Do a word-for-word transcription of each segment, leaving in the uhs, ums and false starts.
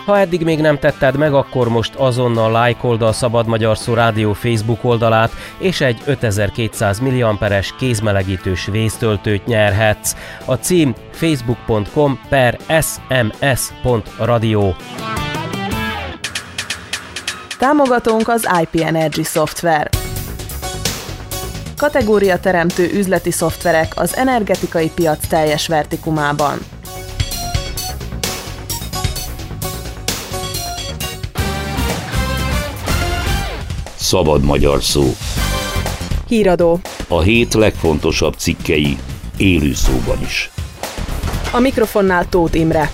Ha eddig még nem tetted meg, akkor most azonnal lájkold a Szabad Magyar Szó Rádió Facebook oldalát, és egy ötezer-kétszáz milliamperes kézmelegítős vésztöltőt nyerhetsz. A cím facebook pont com per sms pont radio. Támogatónk az i pé Energy Software. Kategóriateremtő üzleti szoftverek az energetikai piac teljes vertikumában. Szabad Magyar Szó. Híradó. A hét legfontosabb cikkei élő szóban is. A mikrofonnál Tóth Imre.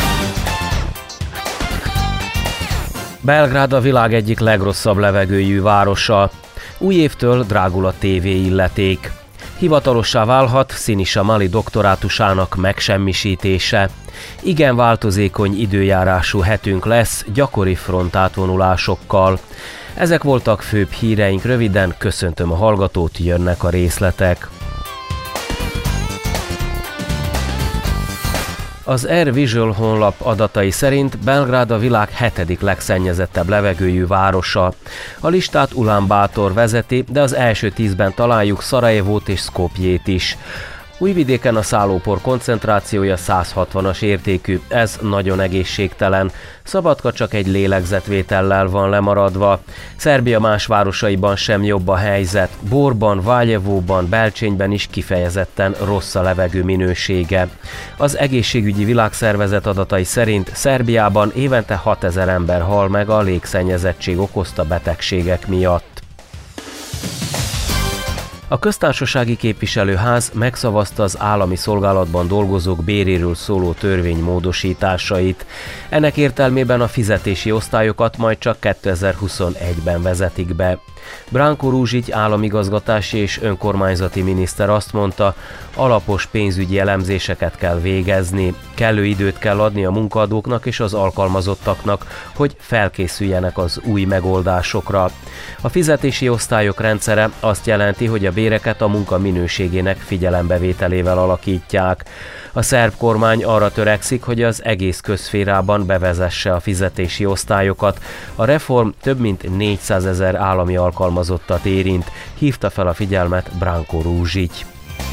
Belgrád a világ egyik legrosszabb levegőjű városa. Új évtől drágul a tévé illeték. Hivatalossá válhat Sinisa Mali doktorátusának megsemmisítése. Igen változékony időjárású hetünk lesz gyakori frontátvonulásokkal. Ezek voltak főbb híreink röviden, köszöntöm a hallgatót, jönnek a részletek. Az Air Visual honlap adatai szerint Belgrád a világ hetedik legszennyezettebb levegőjű városa. A listát Ulánbátor vezeti, de az első tízben találjuk Szarajevót és Szkopjét is. Újvidéken a szállópor koncentrációja száz hatvanas értékű, ez nagyon egészségtelen. Szabadka csak egy lélegzetvétellel van lemaradva. Szerbia más városaiban sem jobb a helyzet. Borban, Valjevóban, Belcsényben is kifejezetten rossz a levegő minősége. Az Egészségügyi Világszervezet adatai szerint Szerbiában évente hatezer ember hal meg a légszennyezettség okozta betegségek miatt. A köztársasági képviselőház megszavazta az állami szolgálatban dolgozók béréről szóló törvény módosításait. Ennek értelmében a fizetési osztályokat majd csak kétezer-huszonegyben vezetik be. Branko Rúzsics államigazgatási és önkormányzati miniszter azt mondta, alapos pénzügyi elemzéseket kell végezni, kellő időt kell adni a munkaadóknak és az alkalmazottaknak, hogy felkészüljenek az új megoldásokra. A fizetési osztályok rendszere azt jelenti, hogy a béreket a munka minőségének figyelembevételével alakítják. A szerb kormány arra törekszik, hogy az egész közszférában bevezesse a fizetési osztályokat. A reform több mint négyszázezer állami alkalmazottat érint, hívta fel a figyelmet Branko Rúzsics.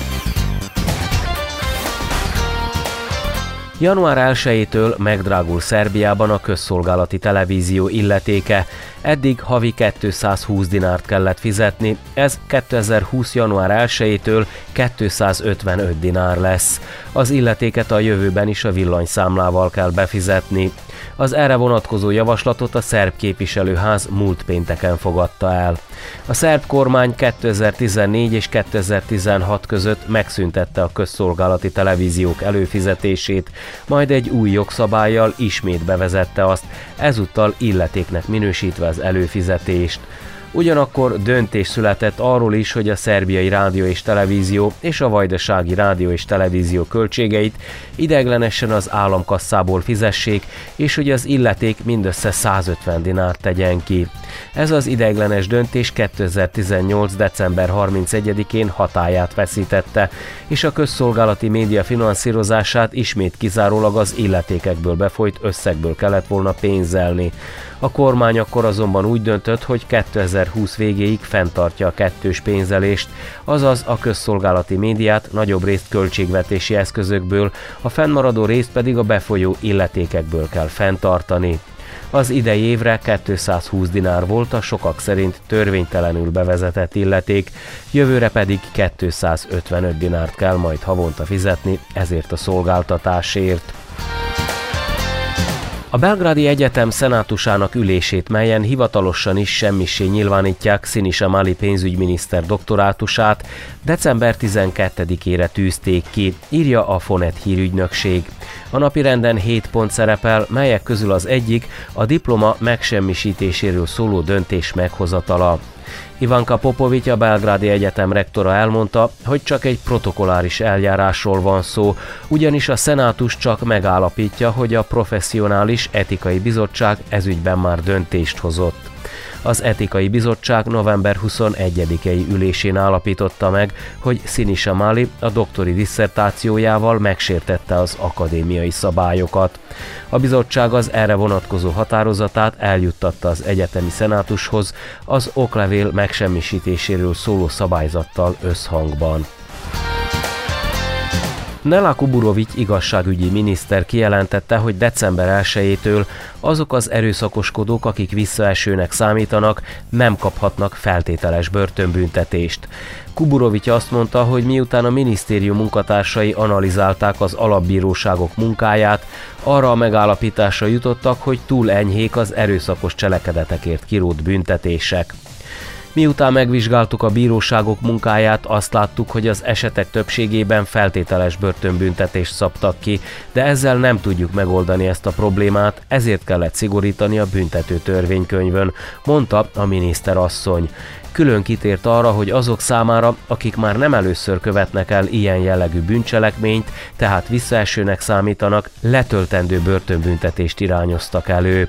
január elsejétől megdrágul Szerbiában a közszolgálati televízió illetéke. Eddig havi kétszázhúsz dinárt kellett fizetni, ez kétezer-húsz. január elsejétől kétszázötvenöt dinár lesz. Az illetéket a jövőben is a villanyszámlával kell befizetni. Az erre vonatkozó javaslatot a szerb képviselőház múlt pénteken fogadta el. A szerb kormány kétezer-tizennégy és kétezer-tizenhat között megszüntette a közszolgálati televíziók előfizetését, majd egy új jogszabállyal ismét bevezette azt, ezúttal illetéknek minősítve az előfizetést. Ugyanakkor döntés született arról is, hogy a szerbiai rádió és televízió és a vajdasági rádió és televízió költségeit ideiglenesen az államkasszából fizessék, és hogy az illeték mindössze százötven dinárt tegyen ki. Ez az ideiglenes döntés kétezer-tizennyolc. december harmincegyedikén hatályát veszítette, és a közszolgálati média finanszírozását ismét kizárólag az illetékekből befolyt összegből kellett volna pénzelni. A kormány akkor azonban úgy döntött, hogy kétezer-húsz végéig fenntartja a kettős pénzelést, azaz a közszolgálati médiát nagyobb részt költségvetési eszközökből, a fennmaradó részt pedig a befolyó illetékekből kell fenntartani. Az idei évre kétszázhúsz dinár volt a sokak szerint törvénytelenül bevezetett illeték, jövőre pedig kétszázötvenöt dinárt kell majd havonta fizetni ezért a szolgáltatásért. A Belgrádi Egyetem szenátusának ülését, melyen hivatalosan is semmissé nyilvánítják Sinisa Mali pénzügyminiszter doktorátusát, december tizenkettedikére tűzték ki, írja a Fonet hírügynökség. A napirenden hét pont szerepel, melyek közül az egyik a diploma megsemmisítéséről szóló döntés meghozatala. Ivanka Popovics, a Belgrádi Egyetem rektora elmondta, hogy csak egy protokolláris eljárásról van szó, ugyanis a szenátus csak megállapítja, hogy a professzionális etikai bizottság ezügyben már döntést hozott. Az etikai bizottság november huszonegyedikei ülésén állapította meg, hogy Sinisha Mali a doktori disszertációjával megsértette az akadémiai szabályokat. A bizottság az erre vonatkozó határozatát eljuttatta az egyetemi szenátushoz az oklevél megsemmisítéséről szóló szabályzattal összhangban. Nela Kuburović igazságügyi miniszter kijelentette, hogy december elsejétől azok az erőszakoskodók, akik visszaesőnek számítanak, nem kaphatnak feltételes börtönbüntetést. Kuburović azt mondta, hogy miután a minisztérium munkatársai analizálták az alapbíróságok munkáját, arra a megállapításra jutottak, hogy túl enyhék az erőszakos cselekedetekért kirótt büntetések. Miután megvizsgáltuk a bíróságok munkáját, azt láttuk, hogy az esetek többségében feltételes börtönbüntetést szabtak ki, de ezzel nem tudjuk megoldani ezt a problémát, ezért kellett szigorítani a büntető törvénykönyvön, mondta a miniszterasszony. Külön kitért arra, hogy azok számára, akik már nem először követnek el ilyen jellegű bűncselekményt, tehát visszaesőnek számítanak, letöltendő börtönbüntetést irányoztak elő.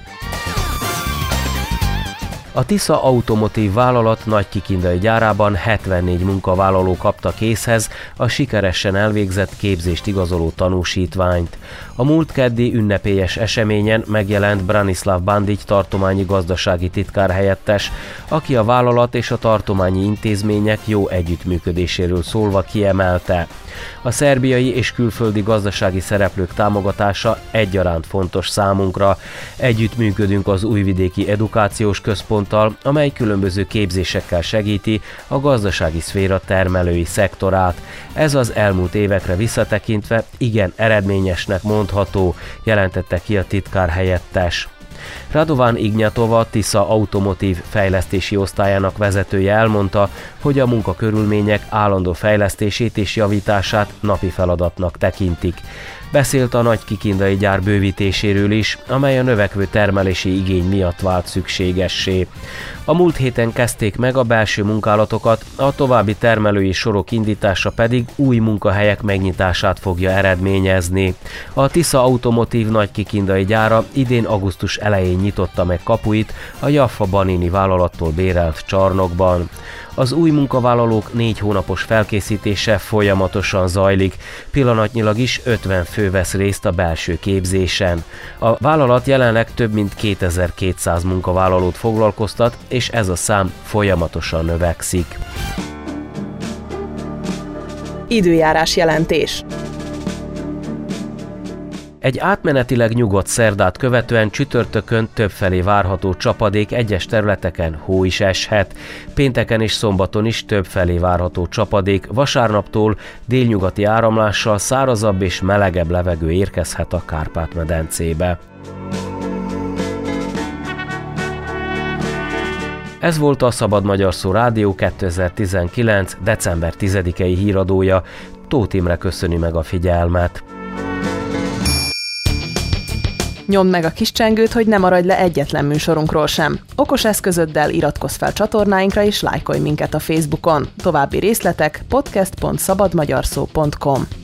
A Tisza Automotív vállalat nagykikindai gyárában hetvennégy munkavállaló kapta készhez a sikeresen elvégzett képzést igazoló tanúsítványt. A múlt keddi ünnepélyes eseményen megjelent Branislav Bandić tartományi gazdasági titkárhelyettes, aki a vállalat és a tartományi intézmények jó együttműködéséről szólva kiemelte. A szerbiai és külföldi gazdasági szereplők támogatása egyaránt fontos számunkra. Együttműködünk az Újvidéki Edukációs Központtal, amely különböző képzésekkel segíti a gazdasági szféra termelői szektorát. Ez az elmúlt évekre visszatekintve igen eredményesnek mondható, jelentette ki a titkárhelyettes. Radovan Ignatova, a Tisza Automotív fejlesztési osztályának vezetője elmondta, hogy a munkakörülmények állandó fejlesztését és javítását napi feladatnak tekintik. Beszélt a nagykikindai gyár bővítéséről is, amely a növekvő termelési igény miatt vált szükségessé. A múlt héten kezdték meg a belső munkálatokat, a további termelői sorok indítása pedig új munkahelyek megnyitását fogja eredményezni. A Tisza Automotív nagykikindai gyára idén augusztus elején nyitotta meg kapuit a Jaffa Banini vállalattól bérelt csarnokban. Az új munkavállalók négy hónapos felkészítése folyamatosan zajlik, pillanatnyilag is ötven fő vesz részt a belső képzésen. A vállalat jelenleg több mint kétezer-kétszáz munkavállalót foglalkoztat, és ez a szám folyamatosan növekszik. Időjárás jelentés. Egy átmenetileg nyugodt szerdát követően csütörtökön többfelé várható csapadék, egyes területeken hó is eshet. Pénteken és szombaton is többfelé várható csapadék, vasárnaptól délnyugati áramlással szárazabb és melegebb levegő érkezhet a Kárpát-medencébe. Ez volt a Szabad Magyar Szó Rádió kétezer-tizenkilenc. december tizedikei híradója. Tóth Imre köszöni meg a figyelmet. Nyomd meg a kis csengőt, hogy ne maradj le egyetlen műsorunkról sem. Okos eszközöddel iratkozz fel csatornáinkra és lájkolj minket a Facebookon. További részletek podcast pont szabadmagyarszó pont com.